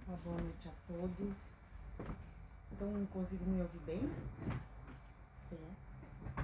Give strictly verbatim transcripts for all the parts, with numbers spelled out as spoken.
Uma boa noite a todos. Estão conseguindo me ouvir bem? É.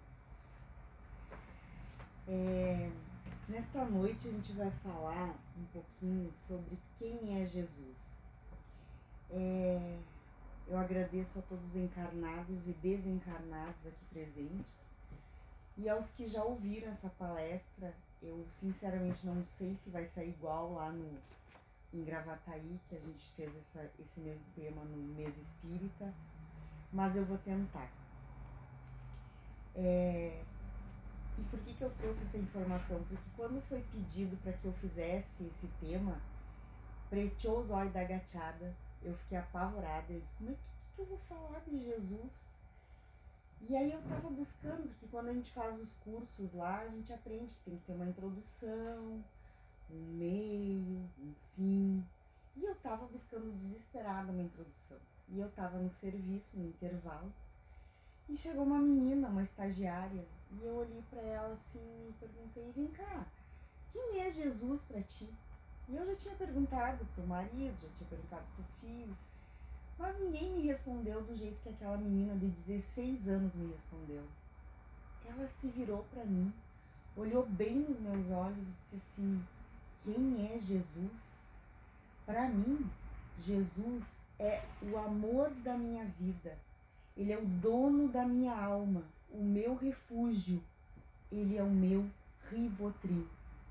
É, nesta noite a gente vai falar um pouquinho sobre quem é Jesus. É, eu agradeço a todos os encarnados e desencarnados aqui presentes. E aos que já ouviram essa palestra, eu sinceramente não sei se vai sair igual lá no, em Gravataí, que a gente fez essa, esse mesmo tema no mês espírita, mas eu vou tentar. É, e por que que eu trouxe essa informação? Porque quando foi pedido para que eu fizesse esse tema, preteou os olhos da agachada, eu fiquei apavorada, eu disse, como é que, que eu vou falar de Jesus? E aí eu tava buscando, porque quando a gente faz os cursos lá, a gente aprende que tem que ter uma introdução, um meio, um fim. E eu tava buscando desesperada uma introdução. E eu tava no serviço, no intervalo, e chegou uma menina, uma estagiária, e eu olhei para ela assim e perguntei, vem cá, quem é Jesus para ti? E eu já tinha perguntado pro marido, já tinha perguntado pro filho, mas ninguém me respondeu do jeito que aquela menina de dezesseis anos me respondeu. Ela se virou para mim, olhou bem nos meus olhos e disse assim, quem é Jesus? Para mim, Jesus é o amor da minha vida. Ele é o dono da minha alma, o meu refúgio. Ele é o meu Rivotril.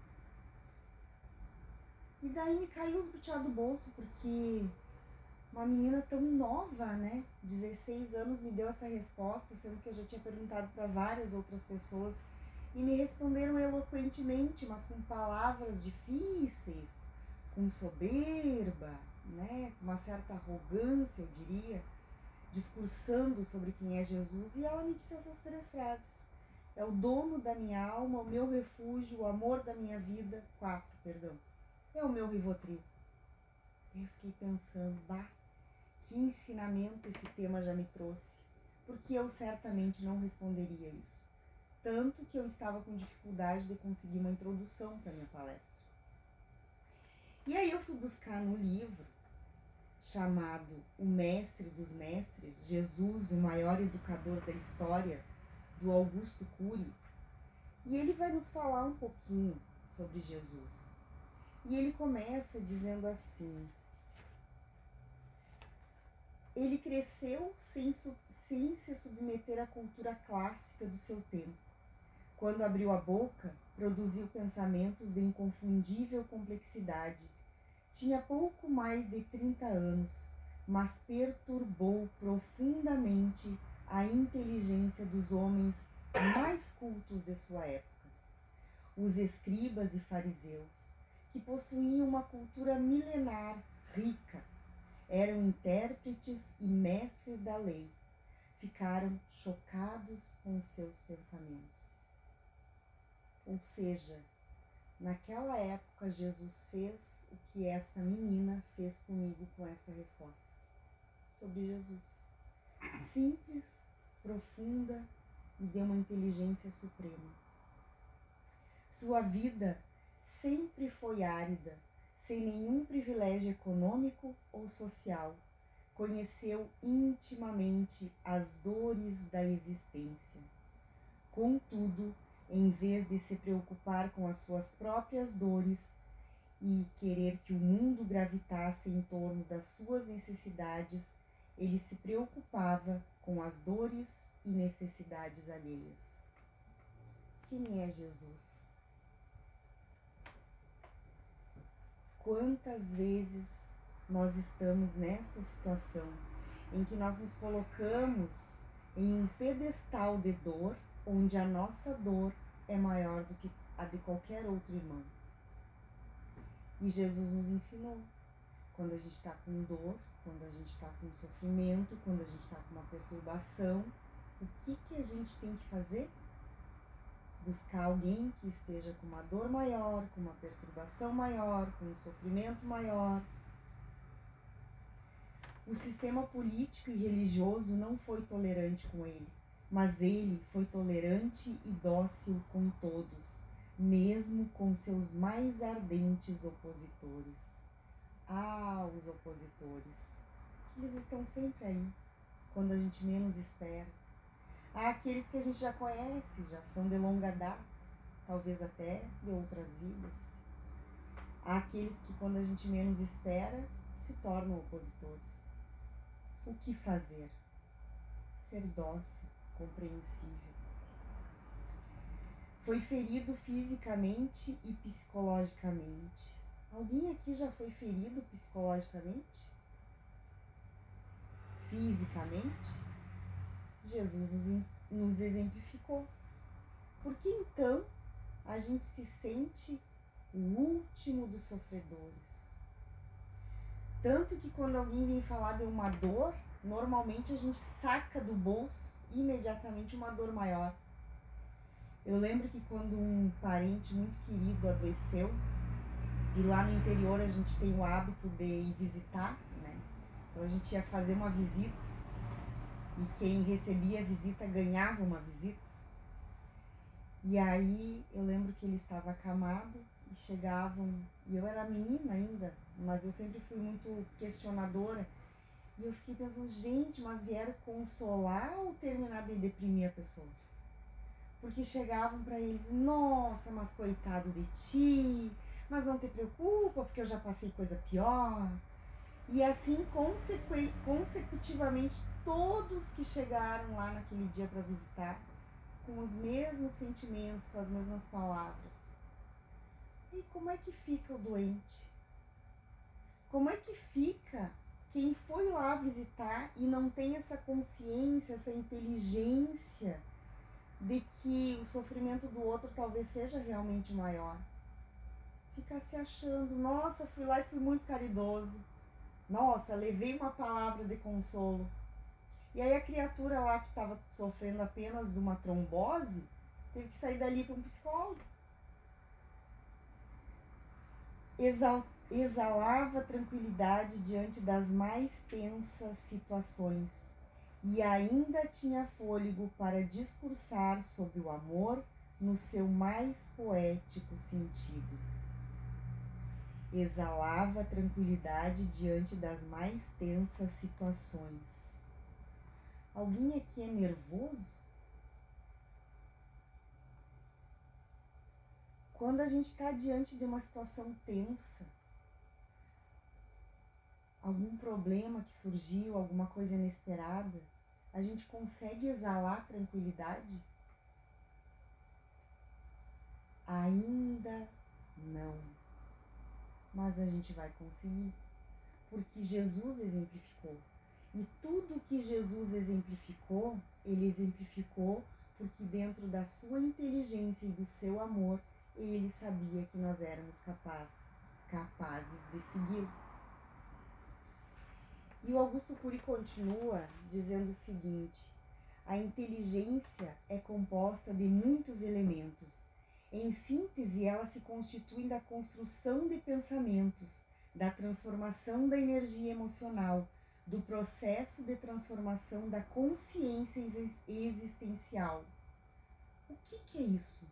E daí me caiu os butiá do bolso, porque uma menina tão nova, né, dezesseis anos, me deu essa resposta, sendo que eu já tinha perguntado para várias outras pessoas e me responderam eloquentemente, mas com palavras difíceis, com soberba, né, com uma certa arrogância, eu diria, discursando sobre quem é Jesus, e ela me disse essas três frases. É o dono da minha alma, o meu refúgio, o amor da minha vida, quatro, perdão, é o meu Rivotril. Eu fiquei pensando, bah, que ensinamento esse tema já me trouxe, porque eu certamente não responderia isso. Tanto que eu estava com dificuldade de conseguir uma introdução para minha palestra. E aí eu fui buscar no livro chamado O Mestre dos Mestres, Jesus, o maior educador da história, do Augusto Cury, e ele vai nos falar um pouquinho sobre Jesus. E ele começa dizendo assim, ele cresceu sem, sem se submeter à cultura clássica do seu tempo. Quando abriu a boca, produziu pensamentos de inconfundível complexidade. Tinha pouco mais de trinta anos, mas perturbou profundamente a inteligência dos homens mais cultos de sua época. Os escribas e fariseus, que possuíam uma cultura milenar rica, eram intérpretes e mestres da lei, ficaram chocados com seus pensamentos. Ou seja, naquela época Jesus fez o que esta menina fez comigo com esta resposta sobre Jesus. Simples, profunda e de uma inteligência suprema. Sua vida sempre foi árida, sem nenhum privilégio econômico ou social. Conheceu intimamente as dores da existência. Contudo, em vez de se preocupar com as suas próprias dores e querer que o mundo gravitasse em torno das suas necessidades, ele se preocupava com as dores e necessidades alheias. Quem é Jesus? Quantas vezes nós estamos nesta situação em que nós nos colocamos em um pedestal de dor, onde a nossa dor é maior do que a de qualquer outro irmão. E Jesus nos ensinou, quando a gente está com dor, quando a gente está com sofrimento, quando a gente está com uma perturbação, o que, que a gente tem que fazer? Buscar alguém que esteja com uma dor maior, com uma perturbação maior, com um sofrimento maior. O sistema político e religioso não foi tolerante com ele, mas ele foi tolerante e dócil com todos, mesmo com seus mais ardentes opositores. Ah, os opositores. Eles estão sempre aí, quando a gente menos espera. Há aqueles que a gente já conhece, já são de longa data, talvez até de outras vidas. Há aqueles que, quando a gente menos espera, se tornam opositores. O que fazer? Ser dócil, compreensível. Foi ferido fisicamente e psicologicamente. Alguém aqui já foi ferido psicologicamente? Fisicamente? Jesus nos, nos exemplificou. Por que então a gente se sente o último dos sofredores? Tanto que quando alguém vem falar de uma dor, normalmente a gente saca do bolso imediatamente uma dor maior. Eu lembro que quando um parente muito querido adoeceu, e lá no interior a gente tem o hábito de ir visitar, né? Então a gente ia fazer uma visita, e quem recebia a visita ganhava uma visita. E aí eu lembro que ele estava acamado e chegavam, e eu era menina ainda, mas eu sempre fui muito questionadora, e eu fiquei pensando, gente, mas vieram consolar ou terminar de deprimir a pessoa? Porque chegavam para eles, nossa, mas coitado de ti, mas não te preocupa, porque eu já passei coisa pior. E assim, consecu- consecutivamente, todos que chegaram lá naquele dia para visitar, com os mesmos sentimentos, com as mesmas palavras. E como é que fica o doente? Como é que fica quem foi lá visitar e não tem essa consciência, essa inteligência de que o sofrimento do outro talvez seja realmente maior? Fica se achando, nossa, fui lá e fui muito caridoso. Nossa, levei uma palavra de consolo. E aí a criatura lá que estava sofrendo apenas de uma trombose, teve que sair dali para um psicólogo. Exal, exalava tranquilidade diante das mais tensas situações e ainda tinha fôlego para discursar sobre o amor no seu mais poético sentido. Exalava tranquilidade diante das mais tensas situações. Alguém aqui é nervoso? Quando a gente está diante de uma situação tensa, algum problema que surgiu, alguma coisa inesperada, a gente consegue exalar tranquilidade? Ainda não. Mas a gente vai conseguir, porque Jesus exemplificou. E tudo que Jesus exemplificou, ele exemplificou porque dentro da sua inteligência e do seu amor, ele sabia que nós éramos capazes, capazes de segui-lo. E o Augusto Cury continua dizendo o seguinte: a inteligência é composta de muitos elementos. Em síntese, ela se constitui da construção de pensamentos, da transformação da energia emocional, do processo de transformação da consciência existencial. O que, que é isso?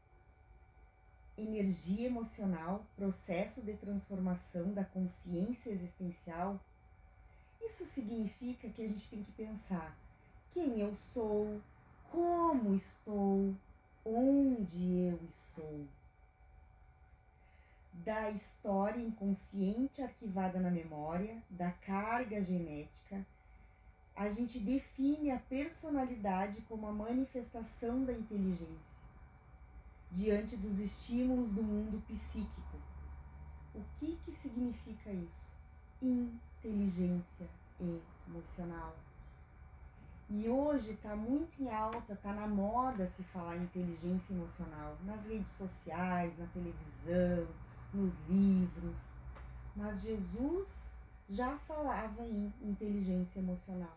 Energia emocional, processo de transformação da consciência existencial. Isso significa que a gente tem que pensar quem eu sou, como estou, onde eu estou. Da história inconsciente arquivada na memória, da carga genética, a gente define a personalidade como a manifestação da inteligência diante dos estímulos do mundo psíquico. O que que significa isso? Inteligência emocional. E hoje está muito em alta, está na moda se falar em inteligência emocional, nas redes sociais, na televisão, nos livros. Mas Jesus já falava em inteligência emocional.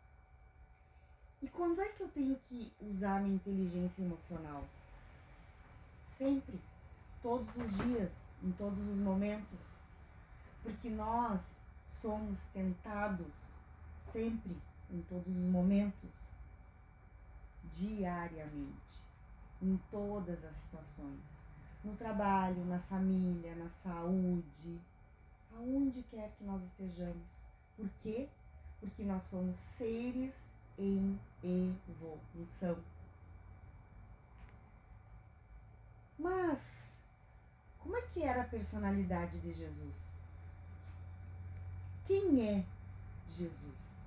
E quando é que eu tenho que usar minha inteligência emocional? Sempre, todos os dias, em todos os momentos. Porque nós somos tentados sempre, em todos os momentos, diariamente, em todas as situações, no trabalho, na família, na saúde, aonde quer que nós estejamos. Por quê? Porque nós somos seres em evolução. Mas, como é que era a personalidade de Jesus? Quem é Jesus?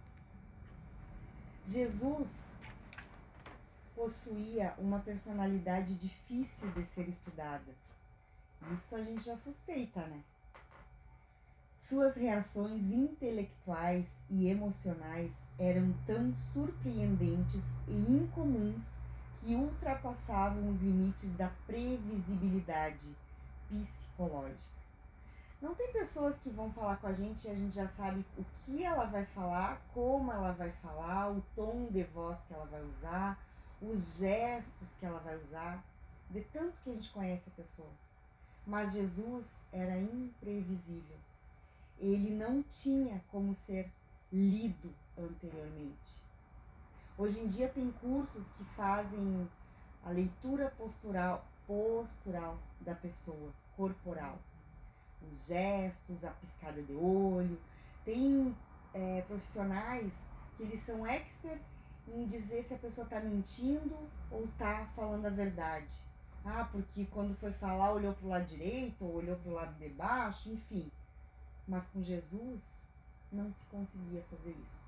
Jesus possuía uma personalidade difícil de ser estudada. Isso a gente já suspeita, né? Suas reações intelectuais e emocionais eram tão surpreendentes e incomuns que ultrapassavam os limites da previsibilidade psicológica. Não tem pessoas que vão falar com a gente e a gente já sabe o que ela vai falar, como ela vai falar, o tom de voz que ela vai usar, os gestos que ela vai usar, de tanto que a gente conhece a pessoa. Mas Jesus era imprevisível. Ele não tinha como ser lido anteriormente. Hoje em dia tem cursos que fazem a leitura postural, postural da pessoa, corporal. Os gestos, a piscada de olho. Tem é, profissionais que eles são expert em dizer se a pessoa está mentindo ou está falando a verdade. Ah, porque quando foi falar olhou para o lado direito ou olhou para o lado de baixo, enfim. Mas com Jesus não se conseguia fazer isso.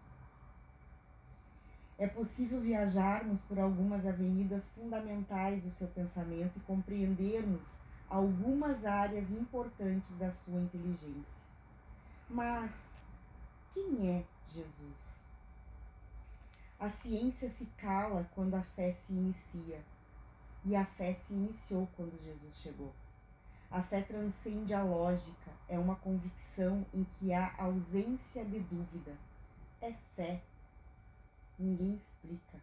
É possível viajarmos por algumas avenidas fundamentais do seu pensamento e compreendermos algumas áreas importantes da sua inteligência. Mas quem é Jesus? A ciência se cala quando a fé se inicia, e a fé se iniciou quando Jesus chegou. A fé transcende a lógica, é uma convicção em que há ausência de dúvida. É fé. Ninguém explica.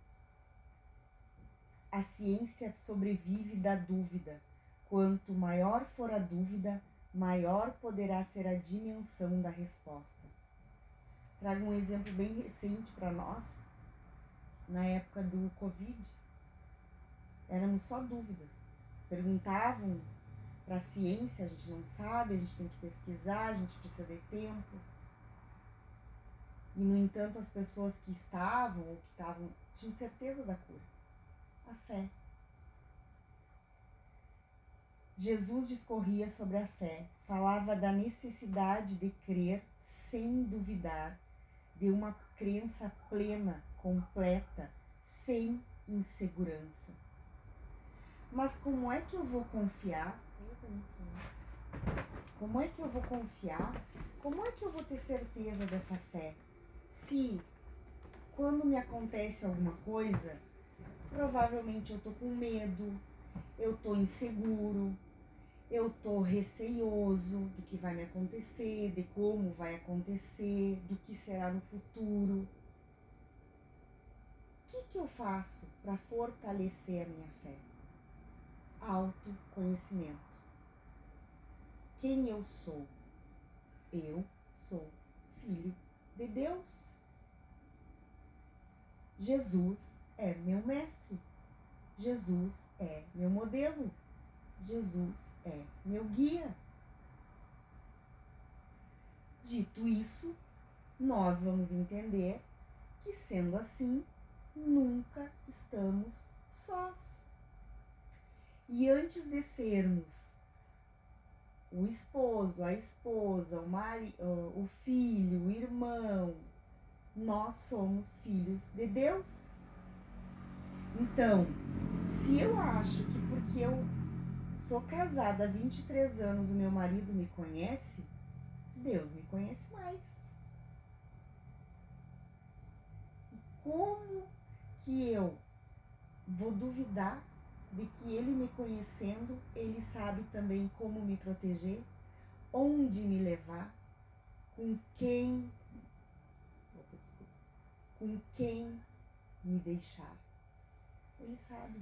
A ciência sobrevive da dúvida. Quanto maior for a dúvida, maior poderá ser a dimensão da resposta. Trago um exemplo bem recente para nós. Na época do Covid, éramos só dúvida. Perguntavam para a ciência, a gente não sabe, a gente tem que pesquisar, a gente precisa de tempo. E, no entanto, as pessoas que estavam ou que estavam tinham certeza da cura. A fé. Jesus discorria sobre a fé, falava da necessidade de crer sem duvidar, de uma crença plena, completa, sem insegurança. Mas como é que eu vou confiar? Como é que eu vou confiar? Como é que eu vou ter certeza dessa fé? Se, quando me acontece alguma coisa, provavelmente eu tô com medo, eu tô inseguro, eu tô receioso do que vai me acontecer, de como vai acontecer, do que será no futuro. O que que eu faço para fortalecer a minha fé? Autoconhecimento. Quem eu sou? Eu sou filho de Deus. Jesus é meu mestre. Jesus é meu modelo. Jesus é meu guia. Dito isso, nós vamos entender que, sendo assim, nunca estamos sós. E antes de sermos o esposo, a esposa, o, mari, o filho, o irmão, nós somos filhos de Deus. Então, se eu acho que porque eu sou casada há vinte e três anos, o meu marido me conhece, Deus me conhece mais. Como que eu vou duvidar de que ele me conhecendo, ele sabe também como me proteger, onde me levar, com quem, opa, desculpa, com quem me deixar? Ele sabe.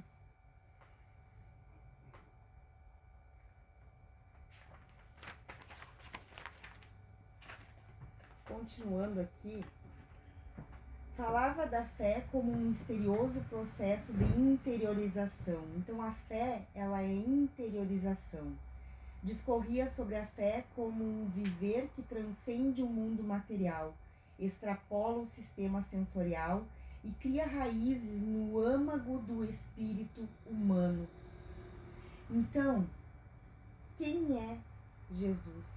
Continuando aqui, falava da fé como um misterioso processo de interiorização. Então a fé, ela é interiorização. Discorria sobre a fé como um viver que transcende o mundo material, extrapola o sistema sensorial e cria raízes no âmago do espírito humano. Então, quem é Jesus?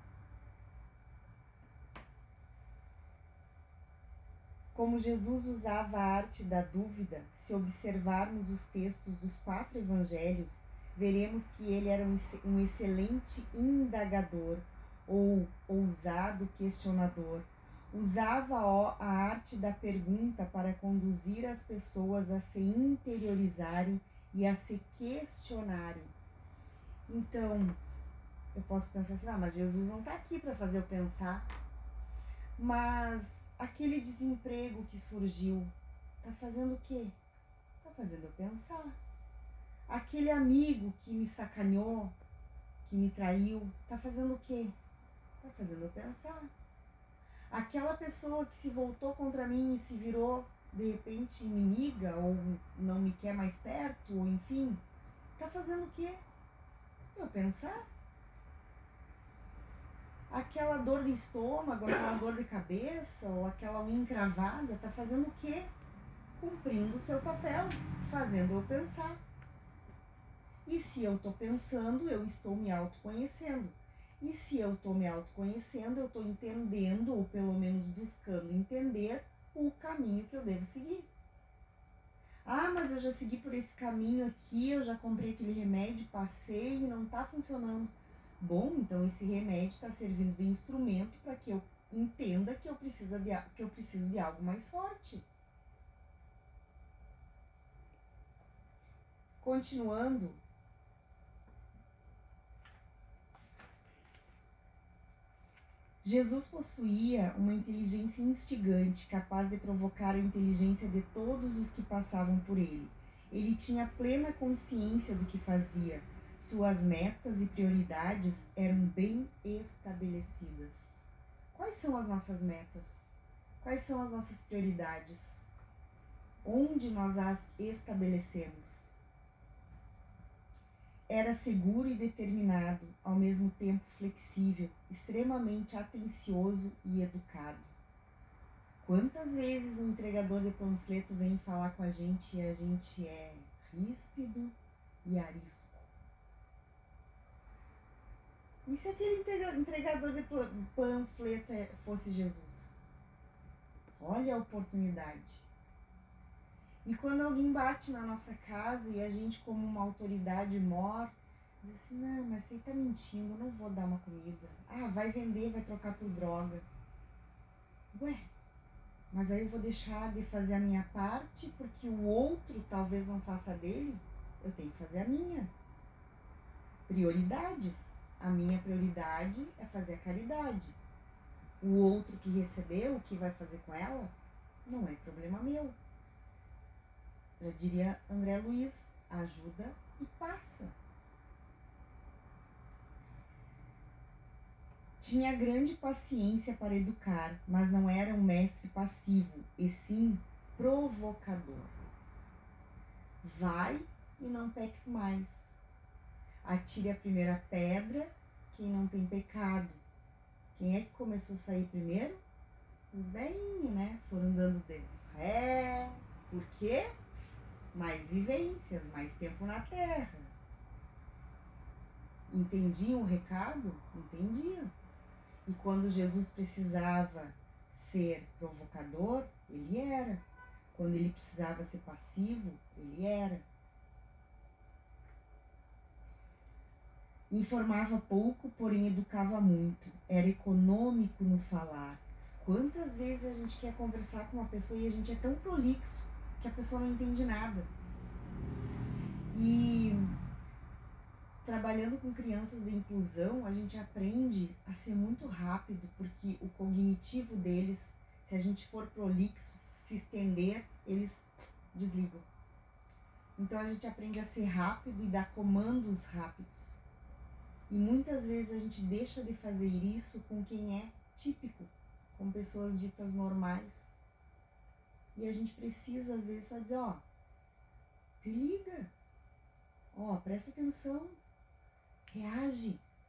Como Jesus usava a arte da dúvida, se observarmos os textos dos quatro evangelhos, veremos que ele era um excelente indagador ou ousado questionador. Usava a arte da pergunta para conduzir as pessoas a se interiorizarem e a se questionarem. Então, eu posso pensar assim, ah, mas Jesus não está aqui para fazer eu pensar. Mas aquele desemprego que surgiu, está fazendo o quê? Está fazendo eu pensar. Aquele amigo que me sacaneou, que me traiu, está fazendo o quê? Está fazendo eu pensar. Aquela pessoa que se voltou contra mim e se virou, de repente, inimiga, ou não me quer mais perto, ou enfim, está fazendo o quê? Eu pensar. Aquela dor de estômago, aquela dor de cabeça, ou aquela unha encravada, está fazendo o quê? Cumprindo o seu papel, fazendo eu pensar. E se eu estou pensando, eu estou me autoconhecendo. E se eu estou me autoconhecendo, eu estou entendendo, ou pelo menos buscando entender, o caminho que eu devo seguir. Ah, mas eu já segui por esse caminho aqui, eu já comprei aquele remédio, passei e não está funcionando. Bom, então esse remédio está servindo de instrumento para que eu entenda que eu, preciso de, que eu preciso de algo mais forte. Continuando, Jesus possuía uma inteligência instigante, capaz de provocar a inteligência de todos os que passavam por ele. Ele tinha plena consciência do que fazia. Suas metas e prioridades eram bem estabelecidas. Quais são as nossas metas? Quais são as nossas prioridades? Onde nós as estabelecemos? Era seguro e determinado, ao mesmo tempo flexível, extremamente atencioso e educado. Quantas vezes um entregador de panfleto vem falar com a gente e a gente é ríspido e arisco? E se aquele entregador de panfleto fosse Jesus? Olha a oportunidade. E quando alguém bate na nossa casa e a gente, como uma autoridade mor, diz assim, não, mas você está mentindo, eu não vou dar uma comida. Ah, vai vender, vai trocar por droga. Ué, mas aí eu vou deixar de fazer a minha parte porque o outro talvez não faça a dele? Eu tenho que fazer a minha. Prioridades. A minha prioridade é fazer a caridade. O outro que recebeu, o que vai fazer com ela, não é problema meu. Já diria André Luiz, ajuda e passa. Tinha grande paciência para educar, mas não era um mestre passivo, e sim provocador. Vai e não peques mais. Atire a primeira pedra quem não tem pecado. Quem é que começou a sair primeiro? Os velhinhos, né? Foram dando de ré. Por quê? Mais vivências, mais tempo na terra. Entendiam o recado? Entendiam. E quando Jesus precisava ser provocador, ele era. Quando ele precisava ser passivo, ele era. Informava pouco, porém educava muito. Era econômico no falar. Quantas vezes a gente quer conversar com uma pessoa e a gente é tão prolixo que a pessoa não entende nada. E trabalhando com crianças de inclusão, a gente aprende a ser muito rápido, porque o cognitivo deles, se a gente for prolixo, se estender, eles desligam. Então a gente aprende a ser rápido e dar comandos rápidos. E muitas vezes a gente deixa de fazer isso com quem é típico, com pessoas ditas normais. E a gente precisa, às vezes, só dizer, ó, te liga, ó, presta atenção, reage,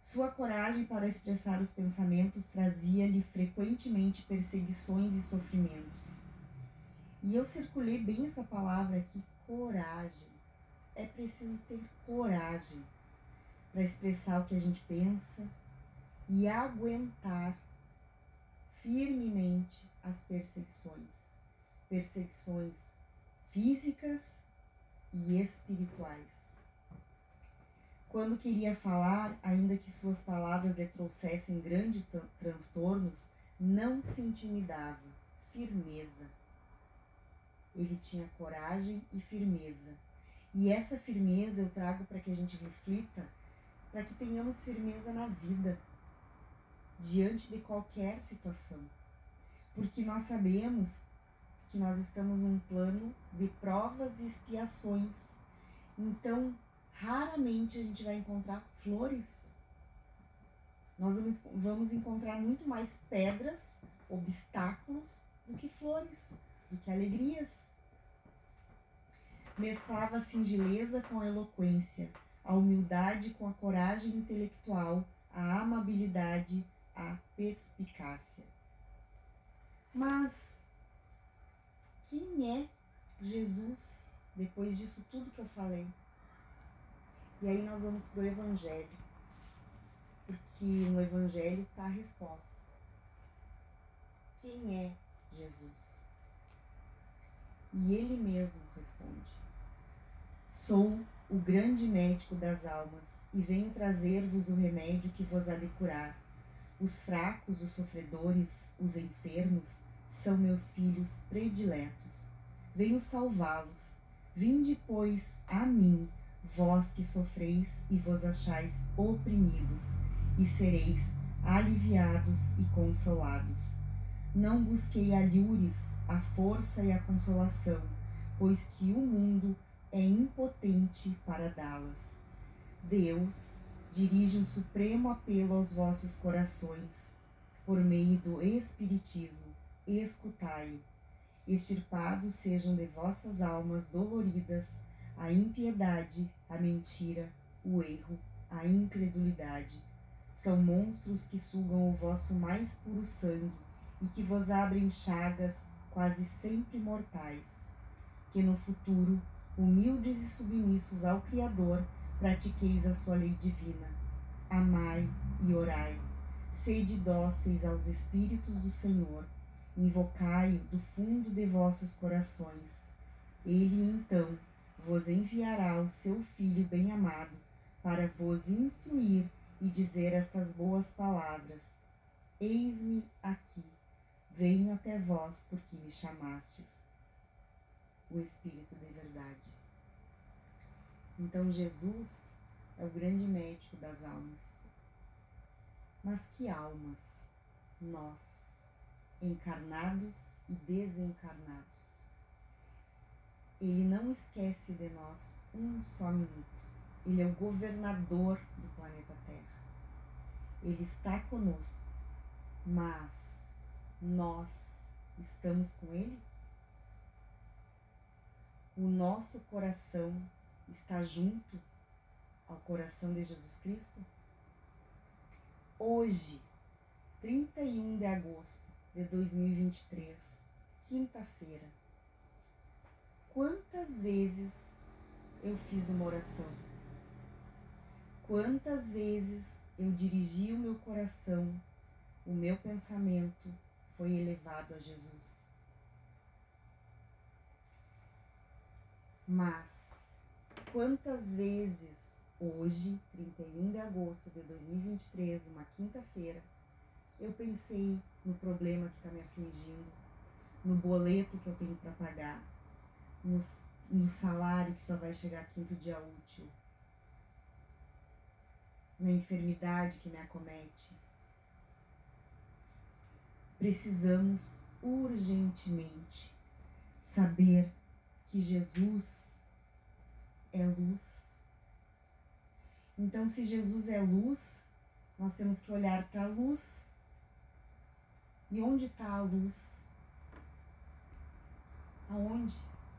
Sua coragem para expressar os pensamentos trazia-lhe frequentemente perseguições e sofrimentos. E eu circulei bem essa palavra aqui, coragem. É preciso ter coragem para expressar o que a gente pensa e aguentar firmemente as perseguições. Perseguições físicas e espirituais. Quando queria falar, ainda que suas palavras lhe trouxessem grandes transtornos, não se intimidava, firmeza. Ele tinha coragem e firmeza. E essa firmeza eu trago para que a gente reflita, para que tenhamos firmeza na vida, diante de qualquer situação. Porque nós sabemos que nós estamos num plano de provas e expiações. Então, raramente a gente vai encontrar flores. Nós vamos, vamos encontrar muito mais pedras, obstáculos, do que flores, do que alegrias. Mesclava a singeleza com a eloquência, a humildade com a coragem intelectual, a amabilidade, a perspicácia. Mas quem é Jesus depois disso tudo que eu falei? E aí nós vamos para o Evangelho, porque no Evangelho está a resposta. Quem é Jesus? E ele mesmo responde: sou o grande médico das almas e venho trazer-vos o remédio que vos há de curar. Os fracos, os sofredores, os enfermos são meus filhos prediletos. Venho salvá-los. Vinde, pois, a mim, vós que sofreis e vos achais oprimidos, e sereis aliviados e consolados. Não busquei alhures, a força e a consolação, pois que o mundo é impotente para dá-las. Deus dirige um supremo apelo aos vossos corações, por meio do Espiritismo, escutai-o. Extirpados sejam de vossas almas doloridas a impiedade, a mentira, o erro, a incredulidade. São monstros que sugam o vosso mais puro sangue e que vos abrem chagas quase sempre mortais. Que no futuro, humildes e submissos ao Criador, pratiqueis a sua lei divina. Amai e orai. Sede dóceis aos Espíritos do Senhor. Invocai-o do fundo de vossos corações. Ele, então, vos enviará o seu Filho bem-amado para vos instruir e dizer estas boas palavras: eis-me aqui, venho até vós porque me chamastes. O Espírito de verdade. Então Jesus é o grande médico das almas. Mas que almas? Nós, encarnados e desencarnados. Ele não esquece de nós um só minuto. Ele é o governador do planeta Terra. Ele está conosco, mas nós estamos com ele? O nosso coração está junto ao coração de Jesus Cristo? Hoje, trinta e um de agosto de dois mil e vinte e três, quinta-feira, quantas vezes eu fiz uma oração? Quantas vezes eu dirigi o meu coração, o meu pensamento foi elevado a Jesus? Mas quantas vezes hoje, trinta e um de agosto de dois mil e vinte e três, uma quinta-feira, eu pensei no problema que está me afligindo, no boleto que eu tenho para pagar, no, no salário que só vai chegar quinto dia útil, na enfermidade que me acomete. Precisamos urgentemente saber que Jesus é luz. Então, se Jesus é luz, nós temos que olhar para a luz. E onde está a luz? Aonde?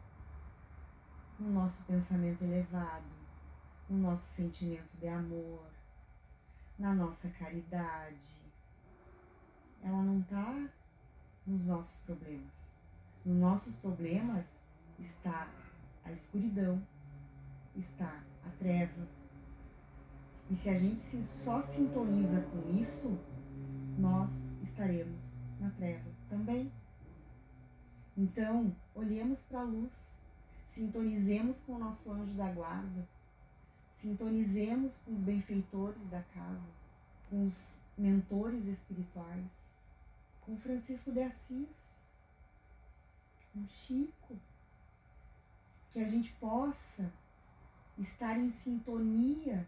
No nosso pensamento elevado, no nosso sentimento de amor, na nossa caridade. Ela não está nos nossos problemas. Nos nossos problemas está a escuridão, está a treva. E se a gente se só sintoniza com isso, nós estaremos na treva também. Então, olhemos para a luz, sintonizemos com o nosso anjo da guarda, sintonizemos com os benfeitores da casa, com os mentores espirituais, com Francisco de Assis, com Chico, que a gente possa estar em sintonia,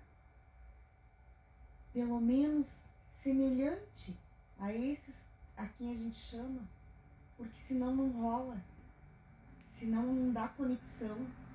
pelo menos semelhante a esses a quem a gente chama, porque senão não rola, senão não dá conexão,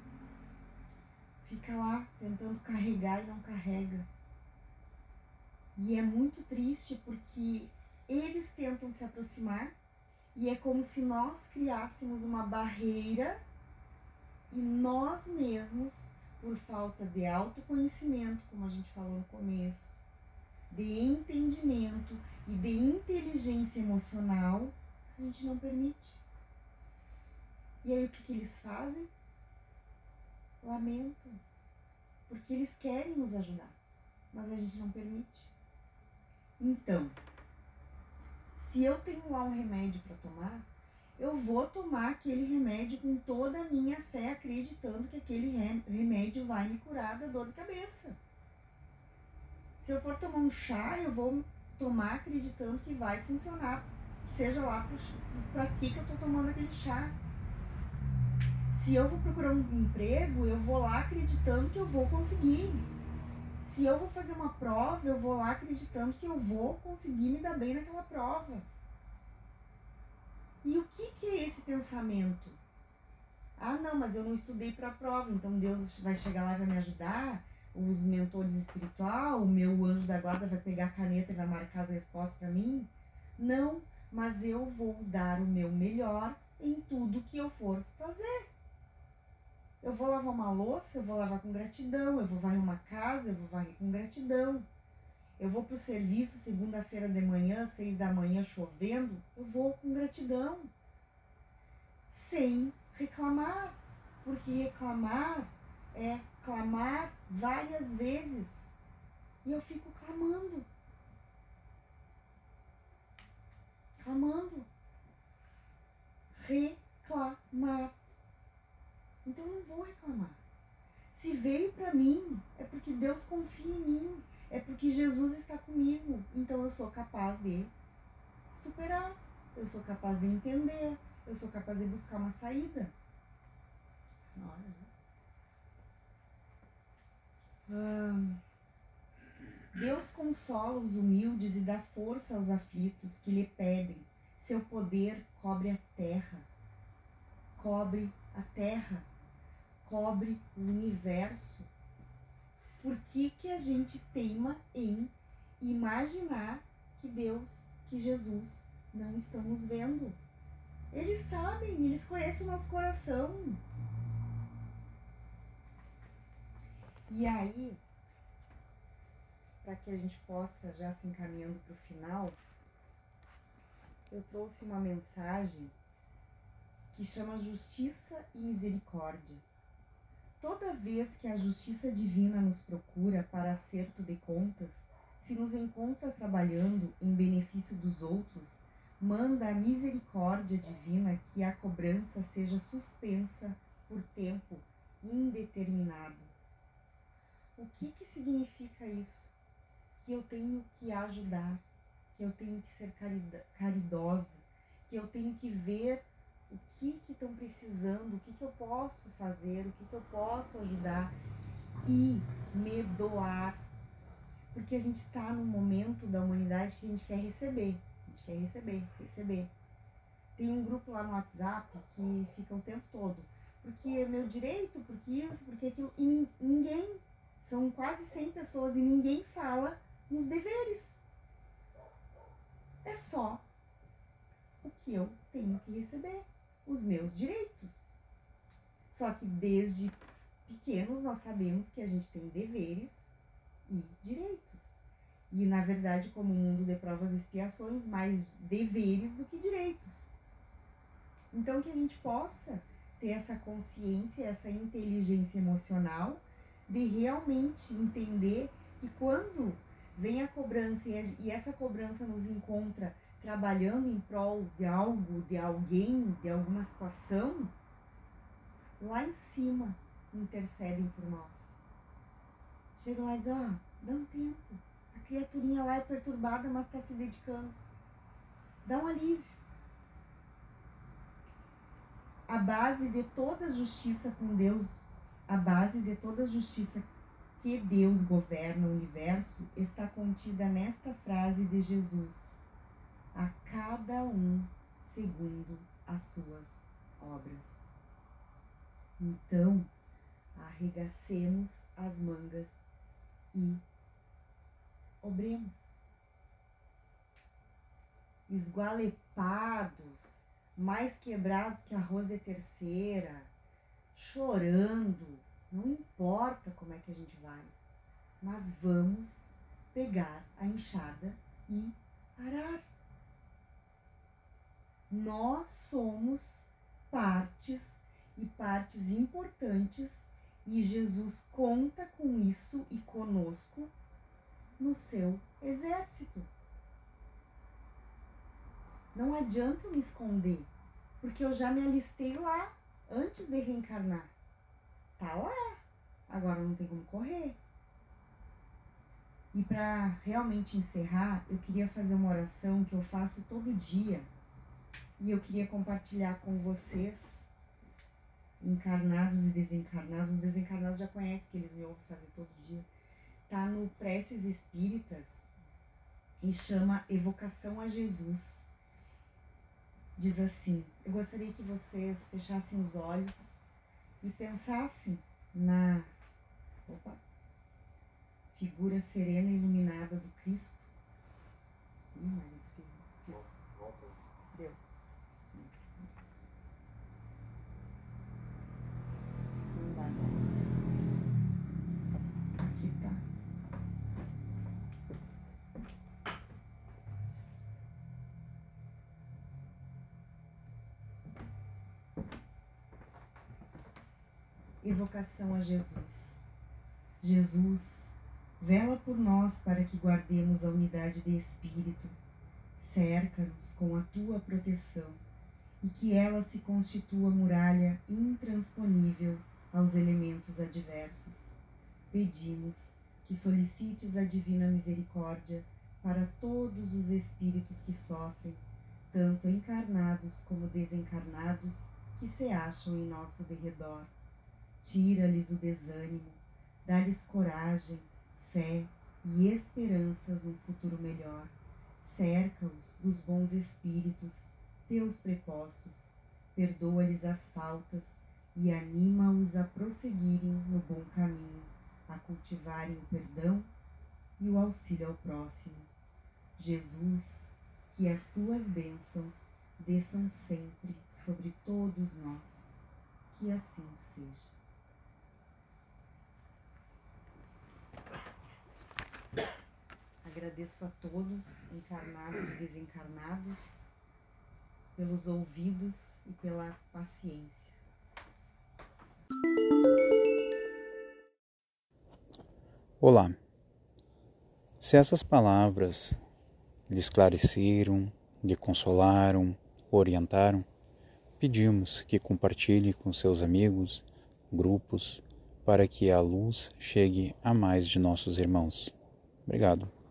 fica lá tentando carregar e não carrega. E é muito triste porque eles tentam se aproximar e é como se nós criássemos uma barreira e nós mesmos, por falta de autoconhecimento, como a gente falou no começo, de entendimento e de inteligência emocional, a gente não permite. E aí o que, que eles fazem? Lamentam, porque eles querem nos ajudar, mas a gente não permite. Então, se eu tenho lá um remédio para tomar, eu vou tomar aquele remédio com toda a minha fé, acreditando que aquele remédio vai me curar da dor de cabeça. Se eu for tomar um chá, eu vou tomar acreditando que vai funcionar, seja lá para que que eu estou tomando aquele chá. Se eu vou procurar um emprego, eu vou lá acreditando que eu vou conseguir. Se eu vou fazer uma prova, eu vou lá acreditando que eu vou conseguir me dar bem naquela prova. E o que, que é esse pensamento? Ah, não, mas eu não estudei para a prova, então Deus vai chegar lá e vai me ajudar, os mentores espirituais, o meu anjo da guarda vai pegar a caneta e vai marcar as respostas para mim? Não, mas eu vou dar o meu melhor em tudo que eu for fazer. Eu vou lavar uma louça, eu vou lavar com gratidão, eu vou varrer uma casa, eu vou varrer com gratidão. Eu vou para o serviço segunda-feira de manhã, seis da manhã, chovendo, eu vou com gratidão. Sem reclamar, porque reclamar é clamar várias vezes. E eu fico clamando. Clamando. Reclamar. Então eu não vou reclamar. Se veio para mim, é porque Deus confia em mim. É porque Jesus está comigo. Então eu sou capaz de superar. Eu sou capaz de entender. Eu sou capaz de buscar uma saída. Hum, Deus consola os humildes e dá força aos aflitos que lhe pedem. Seu poder cobre a terra. Cobre a terra. Cobre o universo. Por que que a gente teima em imaginar que Deus, que Jesus não estão nos vendo? Eles sabem, eles conhecem o nosso coração. E aí, para que a gente possa já se encaminhando para o final, eu trouxe uma mensagem que chama Justiça e Misericórdia. Toda vez que a justiça divina nos procura para acerto de contas, se nos encontra trabalhando em benefício dos outros, manda a misericórdia divina que a cobrança seja suspensa por tempo indeterminado. O que que significa isso? Que eu tenho que ajudar, que eu tenho que ser caridosa, que eu tenho que ver o que que estão precisando, o que que eu posso fazer, o que que eu posso ajudar e me doar. Porque a gente está num momento da humanidade que a gente quer receber, a gente quer receber, receber. Tem um grupo lá no WhatsApp que fica o tempo todo, porque é meu direito, porque isso, porque aquilo, e ninguém, são quase cem pessoas e ninguém fala nos deveres. É só o que eu tenho que receber, os meus direitos. Só que desde pequenos nós sabemos que a gente tem deveres e direitos. E, na verdade, como o mundo de provas e expiações, mais deveres do que direitos. Então, que a gente possa ter essa consciência, essa inteligência emocional de realmente entender que quando vem a cobrança e essa cobrança nos encontra trabalhando em prol de algo, de alguém, de alguma situação, lá em cima intercedem por nós. Chegam lá e dizem, ó, oh, dá um tempo. A criaturinha lá é perturbada, mas está se dedicando. Dá um alívio. A base de toda justiça com Deus, a base de toda justiça que Deus governa o universo está contida nesta frase de Jesus: a cada um segundo as suas obras. Então, arregacemos as mangas e obremos. Esgualepados, mais quebrados que arroz de terceira, chorando, não importa como é que a gente vai, mas vamos pegar a enxada e arar. Nós somos partes e partes importantes e Jesus conta com isso e conosco no seu exército. Não adianta eu me esconder, porque eu já me alistei lá antes de reencarnar. Tá lá, agora não tem como correr. E para realmente encerrar, eu queria fazer uma oração que eu faço todo dia e eu queria compartilhar com vocês, encarnados e desencarnados. Os desencarnados já conhecem, que eles me ouvem fazer todo dia. Tá no Preces Espíritas e chama Evocação a Jesus. Diz assim: eu gostaria que vocês fechassem os olhos e pensassem na opa, figura serena e iluminada do Cristo. Ih, Maria, fiz, fiz. Deu. Não dá mais. Aqui tá. Evocação a Jesus. Jesus, vela por nós para que guardemos a unidade de espírito. Cerca-nos com a tua proteção e que ela se constitua muralha intransponível aos elementos adversos. Pedimos que solicites a divina misericórdia para todos os espíritos que sofrem, tanto encarnados como desencarnados, que se acham em nosso derredor. Tira-lhes o desânimo, dá-lhes coragem, fé e esperanças num futuro melhor. Cerca-os dos bons espíritos, teus prepostos, perdoa-lhes as faltas e anima-os a prosseguirem no bom caminho, a cultivarem o perdão e o auxílio ao próximo. Jesus, que as tuas bênçãos desçam sempre sobre todos nós. Que assim seja. Agradeço a todos, encarnados e desencarnados, pelos ouvidos e pela paciência. Olá. Se essas palavras lhe esclareceram, lhe consolaram, orientaram, pedimos que compartilhe com seus amigos, grupos, para que a luz chegue a mais de nossos irmãos. Obrigado.